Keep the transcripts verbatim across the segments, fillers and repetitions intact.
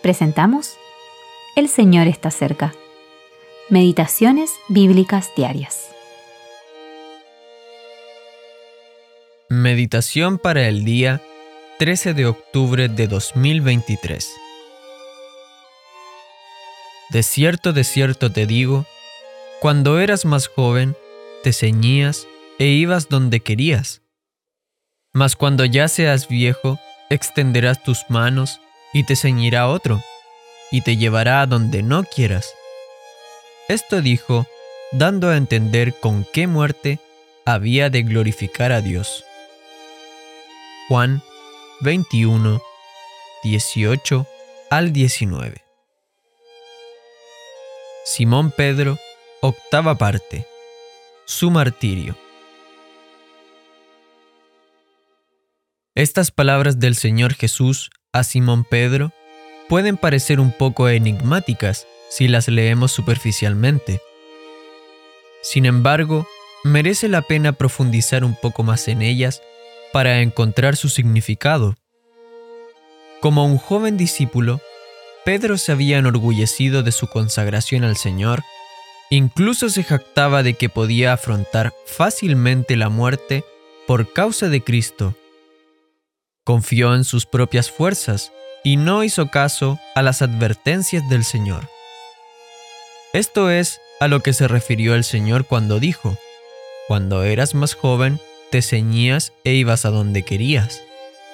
presentamos El Señor está cerca. Meditaciones bíblicas diarias. Meditación para el día trece de octubre de dos mil veintitrés. De cierto, de cierto te digo, cuando eras más joven, te ceñías e ibas donde querías. Mas cuando ya seas viejo, extenderás tus manos y te ceñirá otro, y te llevará a donde no quieras. Esto dijo, dando a entender con qué muerte había de glorificar a Dios. Juan veintiuno, dieciocho al diecinueve. Simón Pedro, octava parte. Su martirio. Estas palabras del Señor Jesús a Simón Pedro pueden parecer un poco enigmáticas si las leemos superficialmente. Sin embargo, merece la pena profundizar un poco más en ellas para encontrar su significado. Como un joven discípulo, Pedro se había enorgullecido de su consagración al Señor, incluso se jactaba de que podía afrontar fácilmente la muerte por causa de Cristo. Confió en sus propias fuerzas y no hizo caso a las advertencias del Señor. Esto es a lo que se refirió el Señor cuando dijo, cuando eras más joven, te ceñías e ibas a donde querías.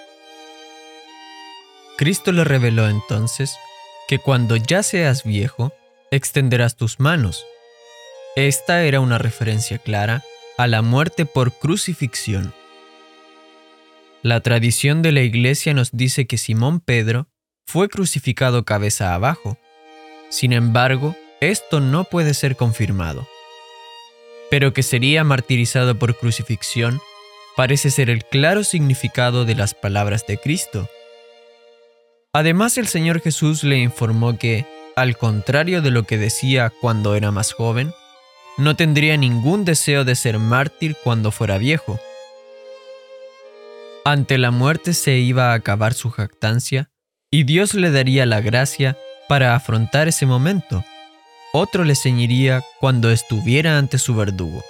Cristo le reveló entonces que cuando ya seas viejo, extenderás tus manos. Esta era una referencia clara a la muerte por crucifixión. La tradición de la Iglesia nos dice que Simón Pedro fue crucificado cabeza abajo. Sin embargo, esto no puede ser confirmado. Pero que sería martirizado por crucifixión parece ser el claro significado de las palabras de Cristo. Además, el Señor Jesús le informó que, al contrario de lo que decía cuando era más joven, no tendría ningún deseo de ser mártir cuando fuera viejo. Ante la muerte se iba a acabar su jactancia y Dios le daría la gracia para afrontar ese momento. Otro le ceñiría cuando estuviera ante su verdugo.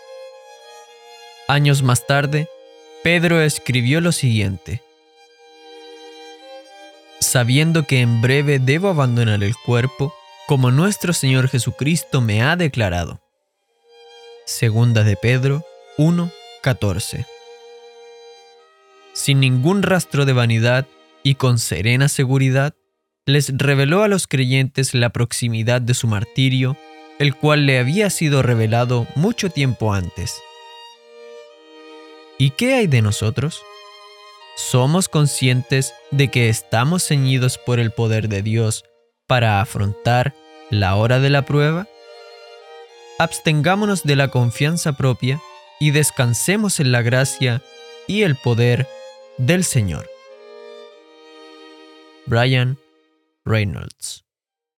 Años más tarde, Pedro escribió lo siguiente: sabiendo que en breve debo abandonar el cuerpo, como nuestro Señor Jesucristo me ha declarado. Segunda de Pedro uno, catorce. Sin ningún rastro de vanidad y con serena seguridad, les reveló a los creyentes la proximidad de su martirio, el cual le había sido revelado mucho tiempo antes. ¿Y qué hay de nosotros? ¿Somos conscientes de que estamos ceñidos por el poder de Dios para afrontar la hora de la prueba? Abstengámonos de la confianza propia y descansemos en la gracia y el poder del Señor. Brian Reynolds.